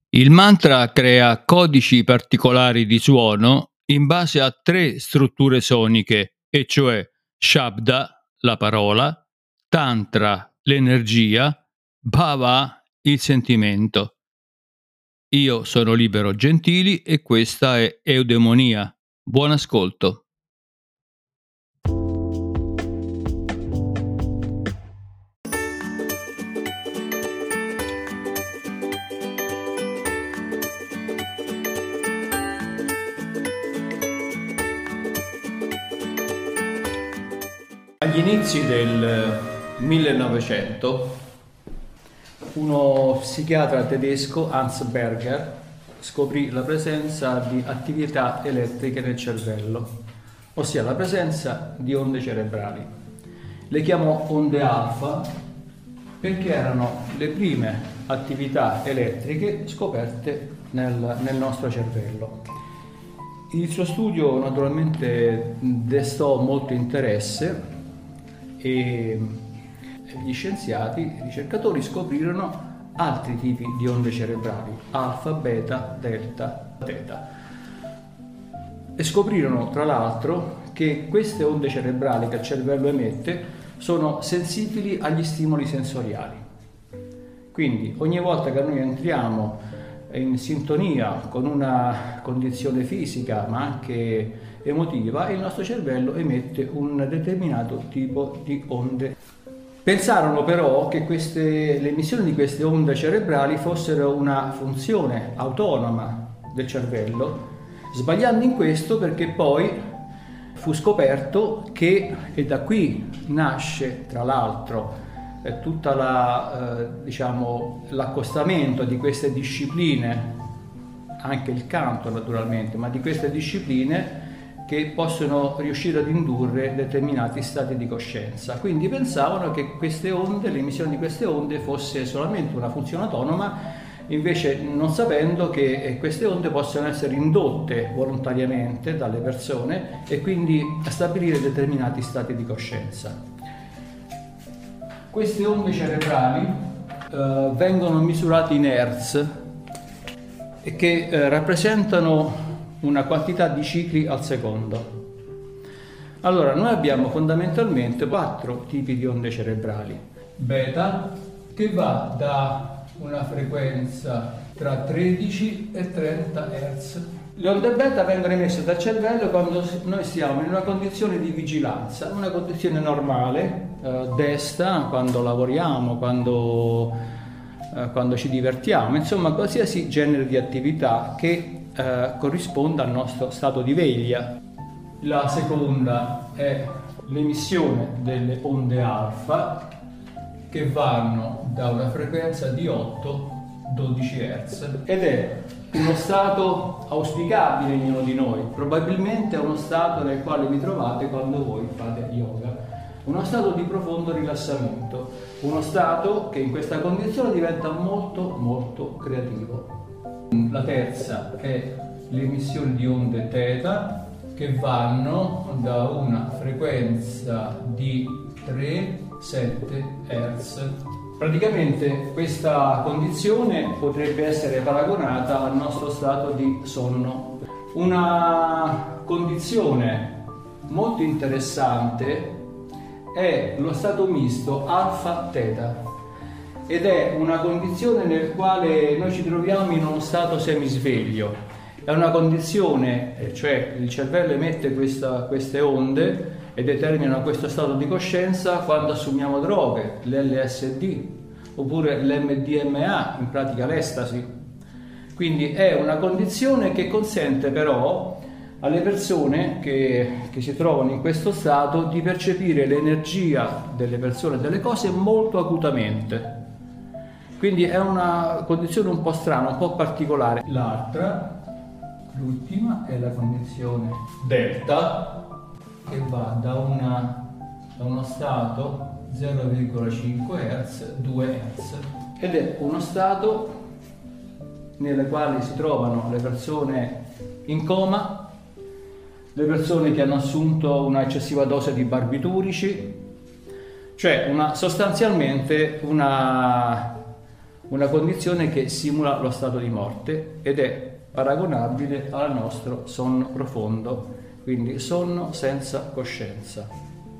Il mantra crea codici particolari di suono in base a tre strutture soniche, e cioè Shabda, la parola, Tantra, l'energia, Bhava, il sentimento. Io sono Libero Gentili e questa è Eudemonia. Buon ascolto. Agli inizi del 1900, uno psichiatra tedesco, Hans Berger, scoprì la presenza di attività elettriche nel cervello, ossia la presenza di onde cerebrali. Le chiamò onde alfa perché erano le prime attività elettriche scoperte nel nostro cervello. Il suo studio naturalmente destò molto interesse e gli scienziati, i ricercatori scoprirono altri tipi di onde cerebrali, alfa, beta, delta, teta, e scoprirono tra l'altro che queste onde cerebrali che il cervello emette sono sensibili agli stimoli sensoriali. Quindi ogni volta che noi entriamo in sintonia con una condizione fisica ma anche emotiva, il nostro cervello emette un determinato tipo di onde. Pensarono però che le emissioni di queste onde cerebrali fossero una funzione autonoma del cervello, sbagliando in questo perché poi fu scoperto che, e da qui nasce tra l'altro tutto l'accostamento di queste discipline, anche il canto naturalmente, ma di queste discipline che possono riuscire ad indurre determinati stati di coscienza. Quindi pensavano che queste onde, l'emissione di queste onde fosse solamente una funzione autonoma, invece non sapendo che queste onde possono essere indotte volontariamente dalle persone e quindi stabilire determinati stati di coscienza. Queste onde cerebrali vengono misurate in Hertz e che rappresentano una quantità di cicli al secondo. Allora, noi abbiamo fondamentalmente 4 tipi di onde cerebrali. Beta, che va da una frequenza tra 13 e 30 Hz. Le onde beta vengono emesse dal cervello quando noi siamo in una condizione di vigilanza, una condizione normale, desta, quando lavoriamo, quando ci divertiamo, insomma qualsiasi genere di attività che corrisponda al nostro stato di veglia. La seconda è l'emissione delle onde alfa, che vanno da una frequenza di 8-12 Hz ed è uno stato auspicabile in ognuno di noi, probabilmente è uno stato nel quale vi trovate quando voi fate yoga, uno stato di profondo rilassamento, uno stato che in questa condizione diventa molto molto creativo. La terza è l'emissione di onde θ, che vanno da una frequenza di 3-7 Hz. Praticamente questa condizione potrebbe essere paragonata al nostro stato di sonno. Una condizione molto interessante è lo stato misto alfa-teta ed è una condizione nel quale noi ci troviamo in uno stato semisveglio. È una condizione, cioè il cervello emette queste onde e determina questo stato di coscienza quando assumiamo droghe, l'LSD oppure l'MDMA, in pratica l'estasi. Quindi è una condizione che consente però alle persone che si trovano in questo stato di percepire l'energia delle persone e delle cose molto acutamente. Quindi è una condizione un po' strana, un po' particolare. L'ultima è la condizione delta, che va da uno stato 0,5 Hz, 2 Hz, ed è uno stato nel quale si trovano le persone in coma, le persone che hanno assunto una eccessiva dose di barbiturici, cioè sostanzialmente una una condizione che simula lo stato di morte ed è paragonabile al nostro sonno profondo, quindi sonno senza coscienza.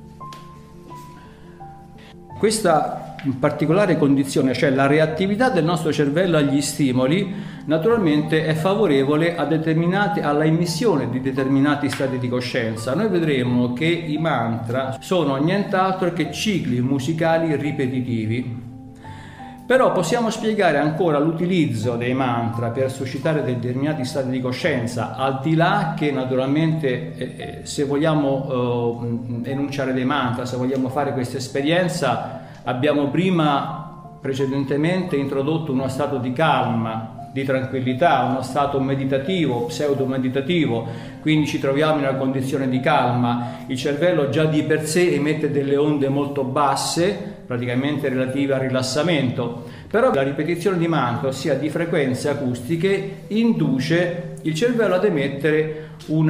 Questa particolare condizione, cioè la reattività del nostro cervello agli stimoli, naturalmente è favorevole alla emissione di determinati stati di coscienza. Noi vedremo che i mantra sono nient'altro che cicli musicali ripetitivi. Però possiamo spiegare ancora l'utilizzo dei mantra per suscitare determinati stati di coscienza, al di là che naturalmente se vogliamo enunciare dei mantra, se vogliamo fare questa esperienza, abbiamo precedentemente introdotto uno stato di calma, di tranquillità, uno stato meditativo, pseudo-meditativo, quindi ci troviamo in una condizione di calma, il cervello già di per sé emette delle onde molto basse, praticamente relative al rilassamento, però la ripetizione di mantra, ossia di frequenze acustiche, induce il cervello ad emettere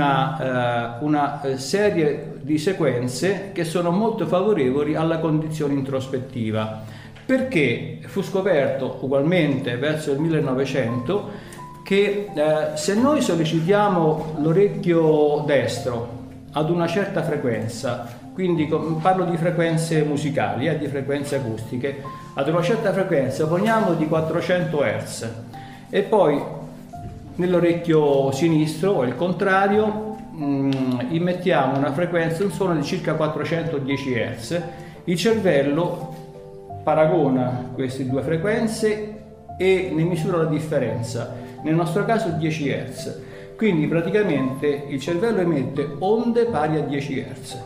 una serie di sequenze che sono molto favorevoli alla condizione introspettiva. Perché fu scoperto ugualmente verso il 1900 che se noi sollecitiamo l'orecchio destro ad una certa frequenza, quindi parlo di frequenze musicali, di frequenze acustiche, ad una certa frequenza poniamo di 400 Hz e poi nell'orecchio sinistro o il contrario immettiamo una frequenza, un suono di circa 410 Hz, il cervello paragona queste due frequenze e ne misura la differenza, nel nostro caso 10 Hz, quindi praticamente il cervello emette onde pari a 10 Hz.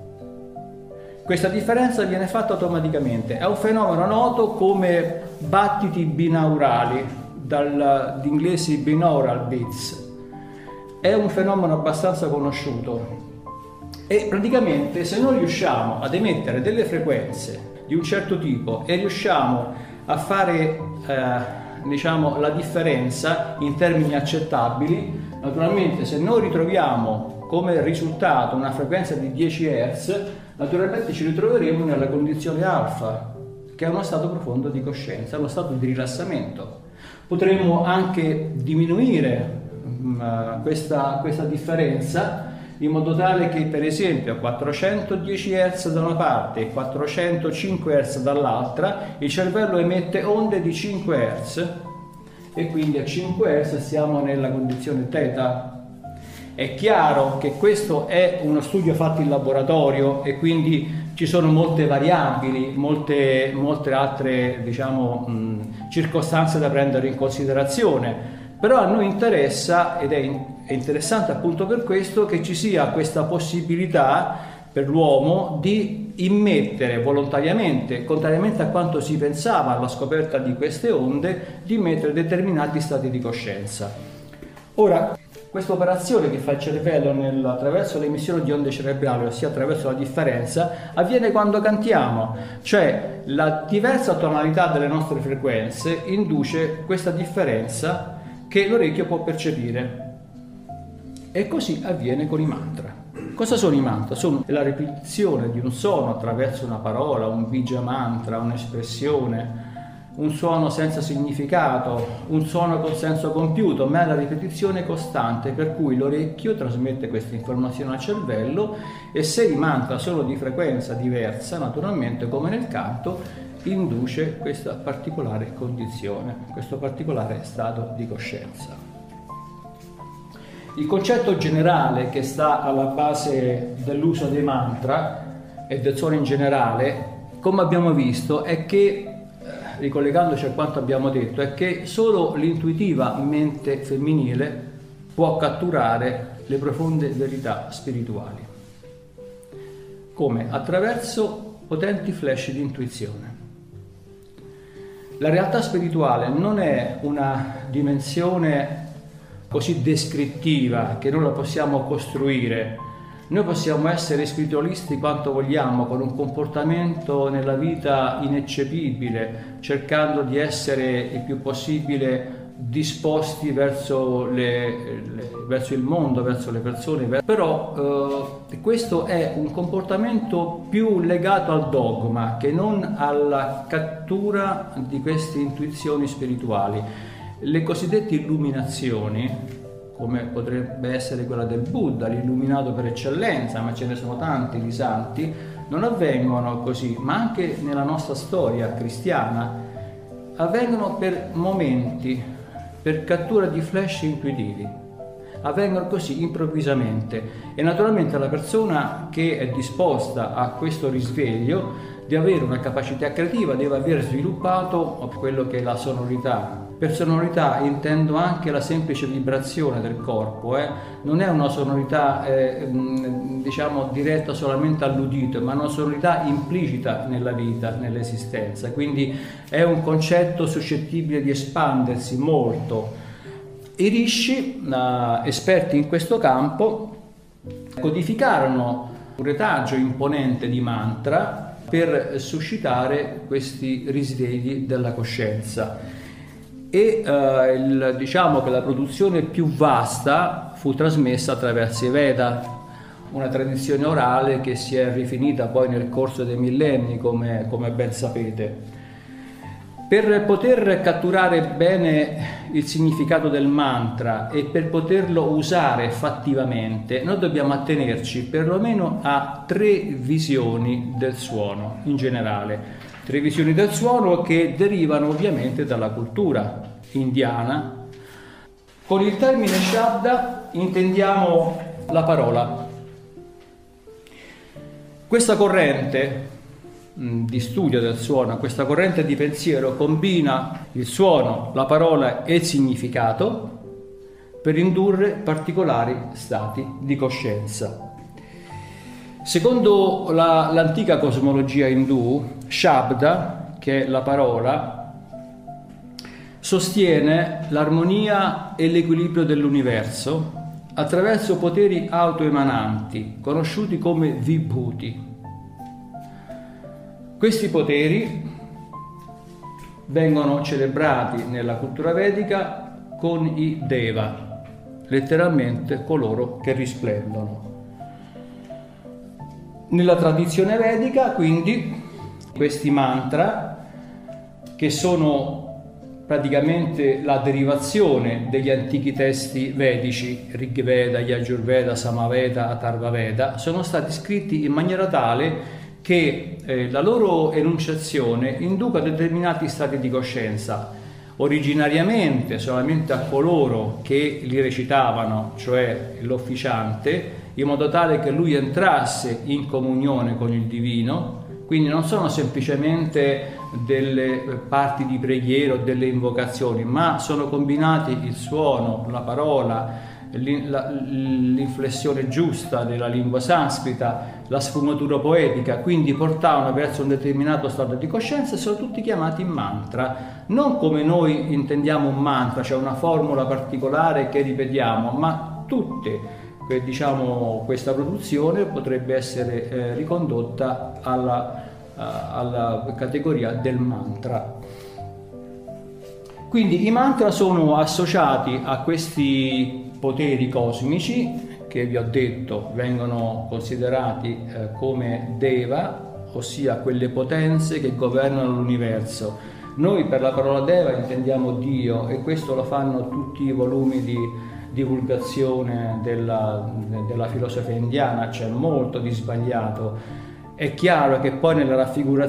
Questa differenza viene fatta automaticamente, è un fenomeno noto come battiti binaurali, dall'inglese binaural beats, è un fenomeno abbastanza conosciuto e praticamente se noi riusciamo ad emettere delle frequenze di un certo tipo e riusciamo a fare diciamo la differenza in termini accettabili, naturalmente se noi ritroviamo come risultato una frequenza di 10 Hz, naturalmente ci ritroveremo nella condizione alfa, che è uno stato profondo di coscienza, uno stato di rilassamento. Potremmo anche diminuire questa differenza in modo tale che per esempio a 410 Hz da una parte e 405 Hz dall'altra il cervello emette onde di 5 Hz e quindi a 5 Hz siamo nella condizione θ. È chiaro che questo è uno studio fatto in laboratorio e quindi ci sono molte variabili, molte altre diciamo, circostanze da prendere in considerazione. Però a noi interessa, ed è interessante appunto per questo, che ci sia questa possibilità per l'uomo di immettere volontariamente, contrariamente a quanto si pensava alla scoperta di queste onde, di immettere determinati stati di coscienza. Ora, questa operazione che fa il cervello attraverso l'emissione di onde cerebrali, ossia attraverso la differenza, avviene quando cantiamo, cioè la diversa tonalità delle nostre frequenze induce questa differenza che l'orecchio può percepire e così avviene con i mantra. Cosa sono i mantra? Sono la ripetizione di un suono attraverso una parola, un bija mantra, un'espressione, un suono senza significato, un suono col senso compiuto, ma è la ripetizione costante per cui l'orecchio trasmette questa informazione al cervello e se i mantra sono di frequenza diversa, naturalmente come nel canto, induce questa particolare condizione, questo particolare stato di coscienza. Il concetto generale che sta alla base dell'uso dei mantra e del suono in generale, come abbiamo visto, è che, ricollegandoci a quanto abbiamo detto, è che solo l'intuitiva mente femminile può catturare le profonde verità spirituali. Come? Attraverso potenti flash di intuizione. La realtà spirituale non è una dimensione così descrittiva che non la possiamo costruire. Noi possiamo essere spiritualisti quanto vogliamo, con un comportamento nella vita ineccepibile, cercando di essere il più possibile disposti verso il mondo, verso le persone, però questo è un comportamento più legato al dogma che non alla cattura di queste intuizioni spirituali. Le cosiddette illuminazioni, come potrebbe essere quella del Buddha, l'illuminato per eccellenza, ma ce ne sono tanti di santi, non avvengono così, ma anche nella nostra storia cristiana avvengono per momenti, per cattura di flash intuitivi, avvengono così improvvisamente, e naturalmente la persona che è disposta a questo risveglio di avere una capacità creativa deve aver sviluppato quello che è la sonorità. Per sonorità intendo anche la semplice vibrazione del corpo, non è una sonorità diciamo diretta solamente all'udito, ma una sonorità implicita nella vita, nell'esistenza, quindi è un concetto suscettibile di espandersi molto. I rishi, esperti in questo campo, codificarono un retaggio imponente di mantra per suscitare questi risvegli della coscienza. E diciamo che la produzione più vasta fu trasmessa attraverso i Veda, una tradizione orale che si è rifinita poi nel corso dei millenni, come ben sapete. Per poter catturare bene il significato del mantra e per poterlo usare fattivamente, noi dobbiamo attenerci perlomeno a 3 visioni del suono in generale. 3 visioni del suono che derivano ovviamente dalla cultura indiana. Con il termine Shabda intendiamo la parola. Questa corrente di studio del suono, questa corrente di pensiero combina il suono, la parola e il significato per indurre particolari stati di coscienza. Secondo l'antica cosmologia indù, Shabda, che è la parola, sostiene l'armonia e l'equilibrio dell'universo attraverso poteri autoemananti, conosciuti come vibhuti. Questi poteri vengono celebrati nella cultura vedica con i Deva, letteralmente coloro che risplendono. Nella tradizione vedica, quindi, questi mantra, che sono praticamente la derivazione degli antichi testi vedici, Rig Veda, Yajurveda, Samaveda, Atharva Veda, sono stati scritti in maniera tale che la loro enunciazione induca determinati stati di coscienza, originariamente solamente a coloro che li recitavano, cioè l'officiante, in modo tale che lui entrasse in comunione con il divino. Quindi non sono semplicemente delle parti di preghiera o delle invocazioni, ma sono combinati il suono, la parola, l'inflessione giusta della lingua sanscrita, la sfumatura poetica, quindi portavano verso un determinato stato di coscienza, e sono tutti chiamati mantra, non come noi intendiamo un mantra, cioè una formula particolare che ripetiamo, ma tutte, diciamo, questa produzione potrebbe essere ricondotta alla categoria del mantra. Quindi i mantra sono associati a questi poteri cosmici che vi ho detto vengono considerati come Deva, ossia quelle potenze che governano l'universo. Noi per la parola Deva intendiamo Dio, e questo lo fanno tutti i volumi di divulgazione della filosofia indiana, c'è molto di sbagliato. È chiaro che poi nella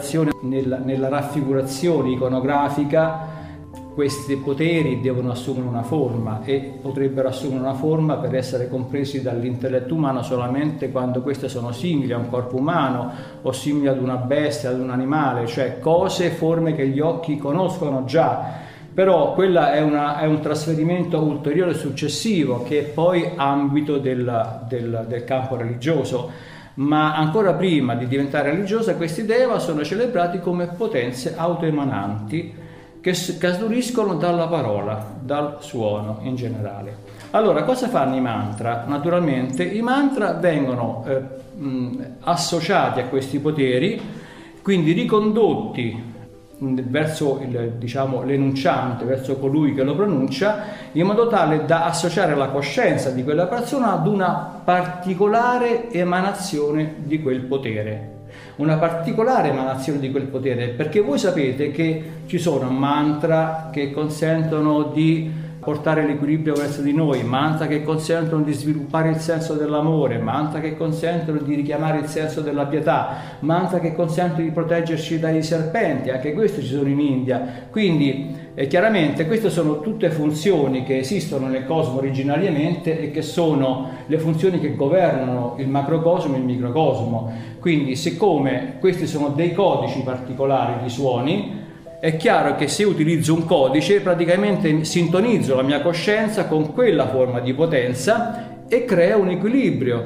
raffigurazione iconografica questi poteri devono assumere una forma, e potrebbero assumere una forma per essere compresi dall'intelletto umano solamente quando queste sono simili a un corpo umano o simili ad una bestia, ad un animale, cioè cose, forme che gli occhi conoscono già. Però quella è un trasferimento ulteriore successivo, che è poi ambito del campo religioso. Ma ancora prima di diventare religiosa, questi Deva sono celebrati come potenze autoemananti che scaturiscono dalla parola, dal suono in generale. Allora, cosa fanno i mantra? Naturalmente i mantra vengono associati a questi poteri, quindi ricondotti verso diciamo, l'enunciante, verso colui che lo pronuncia, in modo tale da associare la coscienza di quella persona ad una particolare emanazione di quel potere. Una particolare emanazione di quel potere, perché voi sapete che ci sono mantra che consentono di portare l'equilibrio verso di noi, mantra che consentono di sviluppare il senso dell'amore, mantra che consentono di richiamare il senso della pietà, mantra che consentono di proteggerci dai serpenti, anche questo ci sono in India. Quindi chiaramente queste sono tutte funzioni che esistono nel cosmo originariamente e che sono le funzioni che governano il macrocosmo e il microcosmo. Quindi siccome questi sono dei codici particolari di suoni, è chiaro che se utilizzo un codice praticamente sintonizzo la mia coscienza con quella forma di potenza e crea un equilibrio,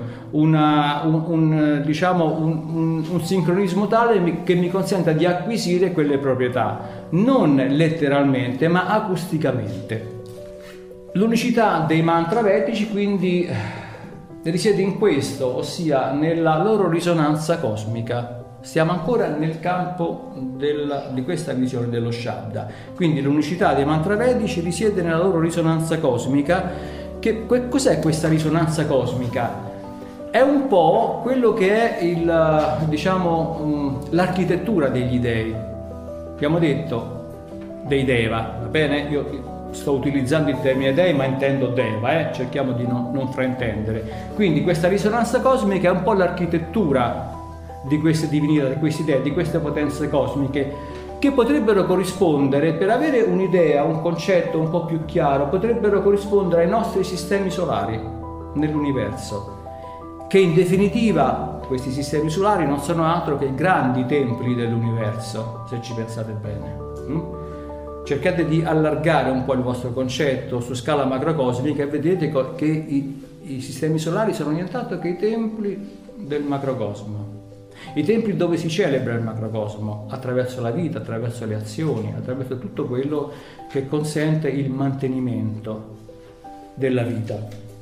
diciamo, un sincronismo tale che mi consenta di acquisire quelle proprietà, non letteralmente ma acusticamente. L'unicità dei mantra vedici quindi risiede in questo, ossia nella loro risonanza cosmica. Siamo ancora nel campo di questa visione dello Shabda, quindi l'unicità dei mantra vedici risiede nella loro risonanza cosmica. Cos'è questa risonanza cosmica? È un po' quello che è diciamo, l'architettura degli dei. Abbiamo detto dei Deva, va bene? Io sto utilizzando il termine dei ma intendo Deva, cerchiamo di non fraintendere. Quindi questa risonanza cosmica è un po' l'architettura di queste divinità, di questi dei, di queste potenze cosmiche, che potrebbero corrispondere, per avere un'idea, un concetto un po' più chiaro, potrebbero corrispondere ai nostri sistemi solari nell'universo, che in definitiva questi sistemi solari non sono altro che grandi templi dell'universo, se ci pensate bene. Cercate di allargare un po' il vostro concetto su scala macrocosmica e vedete che i sistemi solari sono nient'altro che i templi del macrocosmo. I templi dove si celebra il macrocosmo, attraverso la vita, attraverso le azioni, attraverso tutto quello che consente il mantenimento della vita.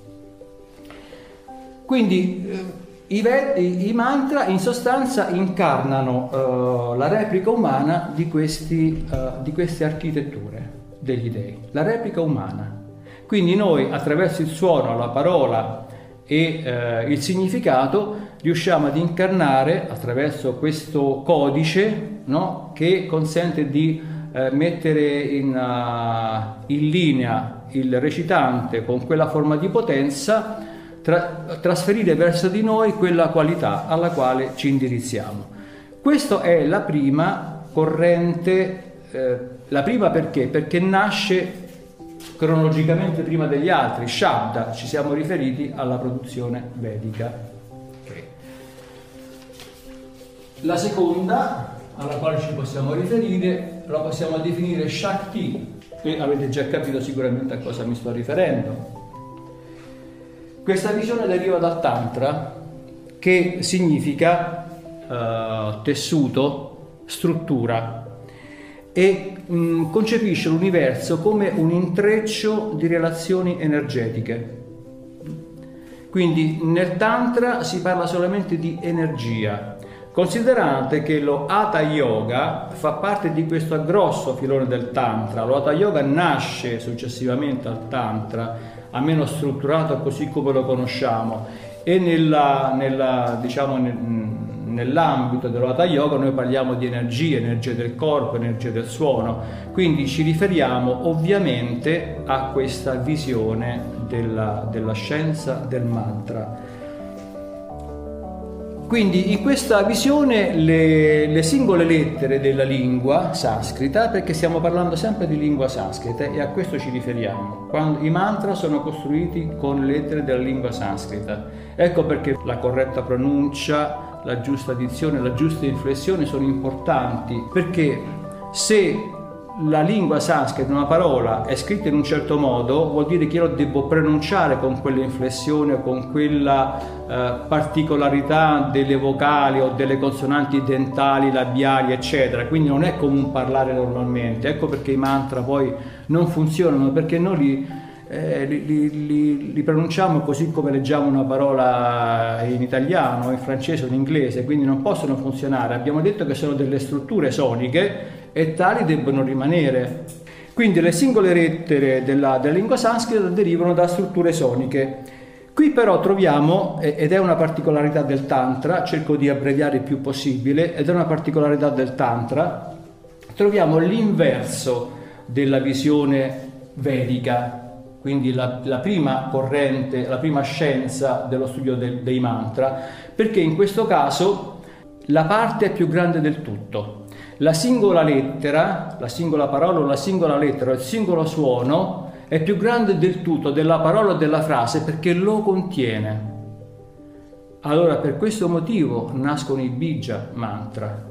Quindi i mantra in sostanza incarnano la replica umana di queste architetture degli dei, la replica umana. Quindi noi attraverso il suono, la parola e il significato riusciamo ad incarnare attraverso questo codice, no? Che consente di mettere in linea il recitante con quella forma di potenza, trasferire verso di noi quella qualità alla quale ci indirizziamo. Questa è la prima corrente, la prima perché? Perché nasce cronologicamente prima degli altri. Shabda, ci siamo riferiti alla produzione vedica. La seconda, alla quale ci possiamo riferire, la possiamo definire Shakti, e avete già capito sicuramente a cosa mi sto riferendo. Questa visione deriva dal Tantra, che significa tessuto, struttura, e concepisce l'universo come un intreccio di relazioni energetiche. Quindi nel Tantra si parla solamente di energia. Considerate che lo Hatha Yoga fa parte di questo grosso filone del Tantra. Lo Hatha Yoga nasce successivamente al Tantra, almeno strutturato così come lo conosciamo, e nell'ambito dello Hatha Yoga noi parliamo di energia del corpo, energia del suono, quindi ci riferiamo ovviamente a questa visione della scienza del mantra. Quindi in questa visione le singole lettere della lingua sanscrita, perché stiamo parlando sempre di lingua sanscrita e a questo ci riferiamo, quando i mantra sono costruiti con le lettere della lingua sanscrita. Ecco perché la corretta pronuncia, la giusta dizione, la giusta inflessione sono importanti, perché se la lingua sanscrita, una parola, è scritta in un certo modo, vuol dire che io lo devo pronunciare con quell'inflessione, con quella particolarità delle vocali o delle consonanti dentali, labiali, eccetera. Quindi non è come un parlare normalmente. Ecco perché i mantra poi non funzionano, perché noi li pronunciamo così come leggiamo una parola in italiano, in francese o in inglese, quindi non possono funzionare. Abbiamo detto che sono delle strutture soniche e tali debbono rimanere. Quindi le singole lettere della lingua sanscrita derivano da strutture soniche. Qui però troviamo, ed è una particolarità del Tantra, cerco di abbreviare il più possibile, ed è una particolarità del Tantra, troviamo l'inverso della visione vedica, quindi la prima corrente, la prima scienza dello studio dei mantra, perché in questo caso la parte è più grande del tutto. La singola lettera, la singola parola o la singola lettera, il singolo suono è più grande del tutto, della parola o della frase, perché lo contiene. Allora per questo motivo nascono i bija mantra.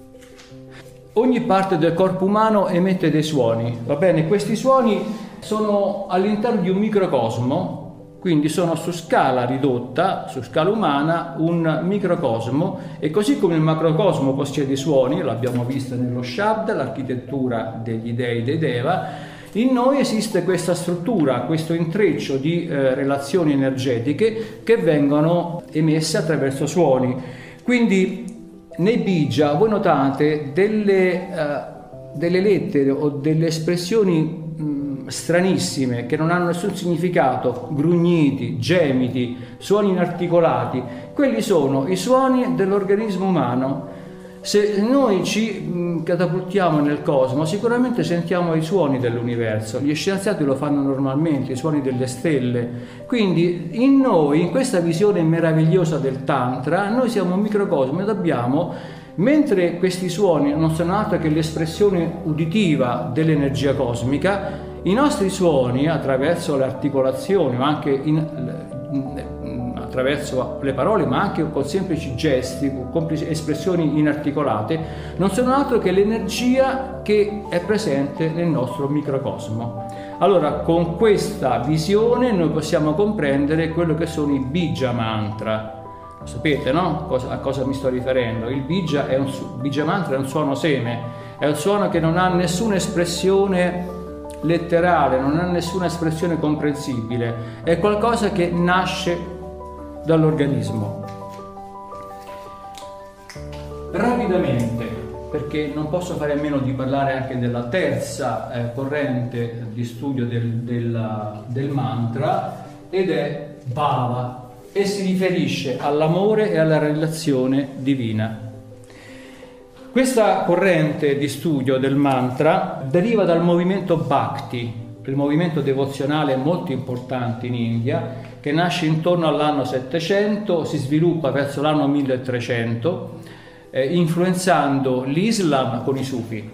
Ogni parte del corpo umano emette dei suoni, va bene? Questi suoni sono all'interno di un microcosmo, quindi sono su scala ridotta, su scala umana, un microcosmo, e così come il macrocosmo possiede i suoni, l'abbiamo visto nello Shabda, l'architettura degli dei dei Deva, in noi esiste questa struttura, questo intreccio di relazioni energetiche che vengono emesse attraverso suoni. Quindi nei bija voi notate delle lettere o delle espressioni stranissime che non hanno nessun significato, grugniti, gemiti, suoni inarticolati. Quelli sono i suoni dell'organismo umano. Se noi ci catapultiamo nel cosmo, sicuramente sentiamo i suoni dell'universo. Gli scienziati lo fanno normalmente, i suoni delle stelle. Quindi in noi, in questa visione meravigliosa del Tantra, noi siamo un microcosmo ed abbiamo, mentre questi suoni non sono altro che l'espressione uditiva dell'energia cosmica, i nostri suoni, attraverso le articolazioni, ma anche attraverso le parole, ma anche con semplici gesti, con espressioni inarticolate, non sono altro che l'energia che è presente nel nostro microcosmo. Allora, con questa visione noi possiamo comprendere quello che sono i bija mantra. Lo sapete, no? A cosa mi sto riferendo? Il bija mantra è un suono seme, è un suono che non ha nessuna espressione letterale, non ha nessuna espressione comprensibile, è qualcosa che nasce dall'organismo. Rapidamente, perché non posso fare a meno di parlare anche della terza corrente di studio del mantra, ed è Bhava, e si riferisce all'amore e alla relazione divina. Questa corrente di studio del mantra deriva dal movimento Bhakti, il movimento devozionale molto importante in India, che nasce intorno all'anno 700, si sviluppa verso l'anno 1300, influenzando l'Islam con i Sufi.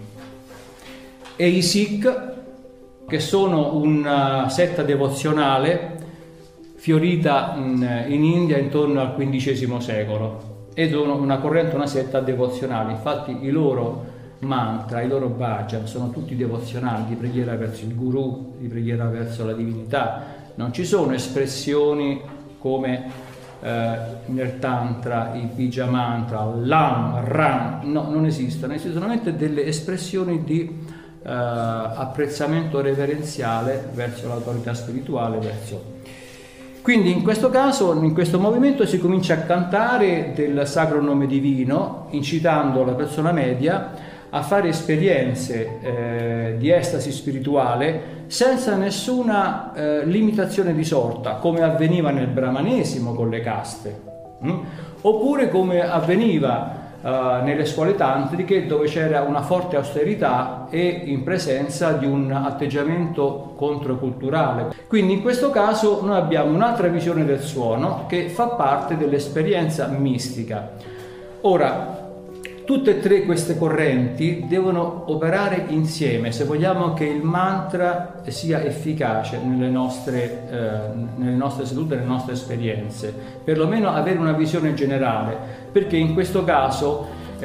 E i Sikh, che sono una setta devozionale fiorita in India intorno al XV secolo. E sono una corrente, una setta devozionale. Infatti i loro mantra, i loro bhajan sono tutti devozionali, di preghiera verso il guru, di preghiera verso la divinità. Non ci sono espressioni come nel tantra, i bija mantra, lam, ram, no, non esistono solamente delle espressioni di apprezzamento reverenziale verso l'autorità spirituale, Quindi in questo caso, in questo movimento, si comincia a cantare del sacro nome divino, incitando la persona media a fare esperienze di estasi spirituale senza nessuna limitazione di sorta, come avveniva nel brahmanesimo con le caste, oppure come avveniva nelle scuole tantriche, dove c'era una forte austerità e in presenza di un atteggiamento controculturale. Quindi in questo caso noi abbiamo un'altra visione del suono che fa parte dell'esperienza mistica. Ora, tutte e tre queste correnti devono operare insieme se vogliamo che il mantra sia efficace nelle nostre sedute, nelle nostre esperienze, perlomeno avere una visione generale, perché in questo caso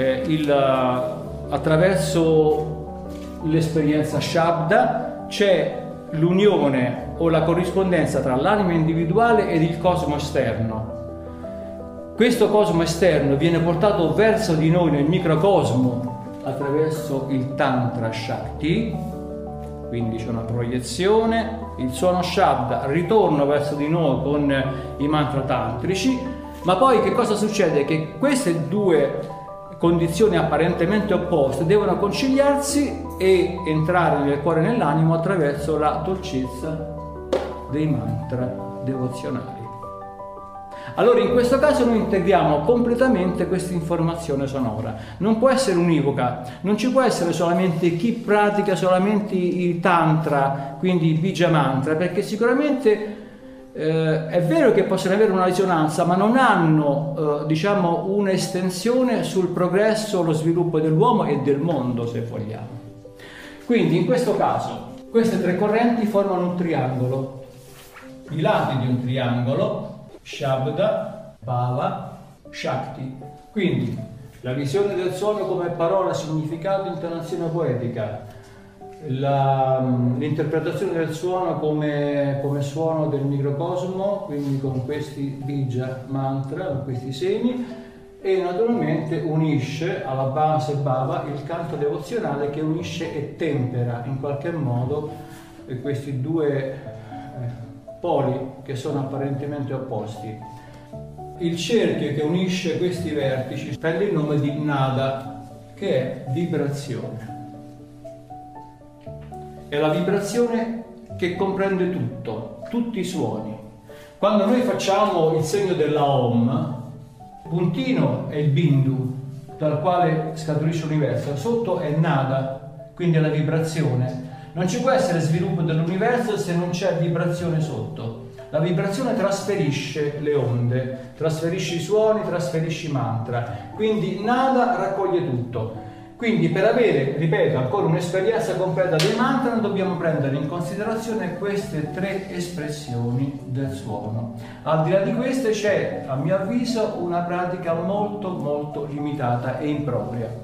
attraverso l'esperienza Shabda c'è l'unione o la corrispondenza tra l'anima individuale ed il cosmo esterno. Questo cosmo esterno viene portato verso di noi nel microcosmo attraverso il Tantra Shakti, quindi c'è una proiezione, il suono Shabda ritorna verso di noi con i mantra tantrici, ma poi che cosa succede? Che queste due condizioni apparentemente opposte devono conciliarsi e entrare nel cuore e nell'animo attraverso la dolcezza dei mantra devozionali. Allora in questo caso noi integriamo completamente questa informazione sonora. Non può essere univoca, non ci può essere solamente chi pratica solamente i tantra, quindi i bija mantra, perché sicuramente è vero che possono avere una risonanza, ma non hanno diciamo un'estensione sul progresso, lo sviluppo dell'uomo e del mondo, se vogliamo. Quindi in questo caso queste tre correnti formano un triangolo, i lati di un triangolo: Shabda, Bhava, Shakti. Quindi la visione del suono come parola, significato, intonazione poetica, l'interpretazione del suono come suono del microcosmo, quindi con questi bija mantra, con questi semi, e naturalmente unisce alla base Bhava il canto devozionale che unisce e tempera in qualche modo questi due poli che sono apparentemente opposti. Il cerchio che unisce questi vertici prende il nome di nada, che è vibrazione. È la vibrazione che comprende tutto, tutti i suoni. Quando noi facciamo il segno della Om, puntino è il bindu dal quale scaturisce l'universo, sotto è nada, quindi è la vibrazione. Non ci può essere sviluppo dell'universo se non c'è vibrazione sotto. La vibrazione trasferisce le onde, trasferisce i suoni, trasferisce i mantra. Quindi nada raccoglie tutto. Quindi per avere, ripeto, ancora un'esperienza completa dei mantra dobbiamo prendere in considerazione queste tre espressioni del suono. Al di là di queste c'è, a mio avviso, una pratica molto molto limitata e impropria.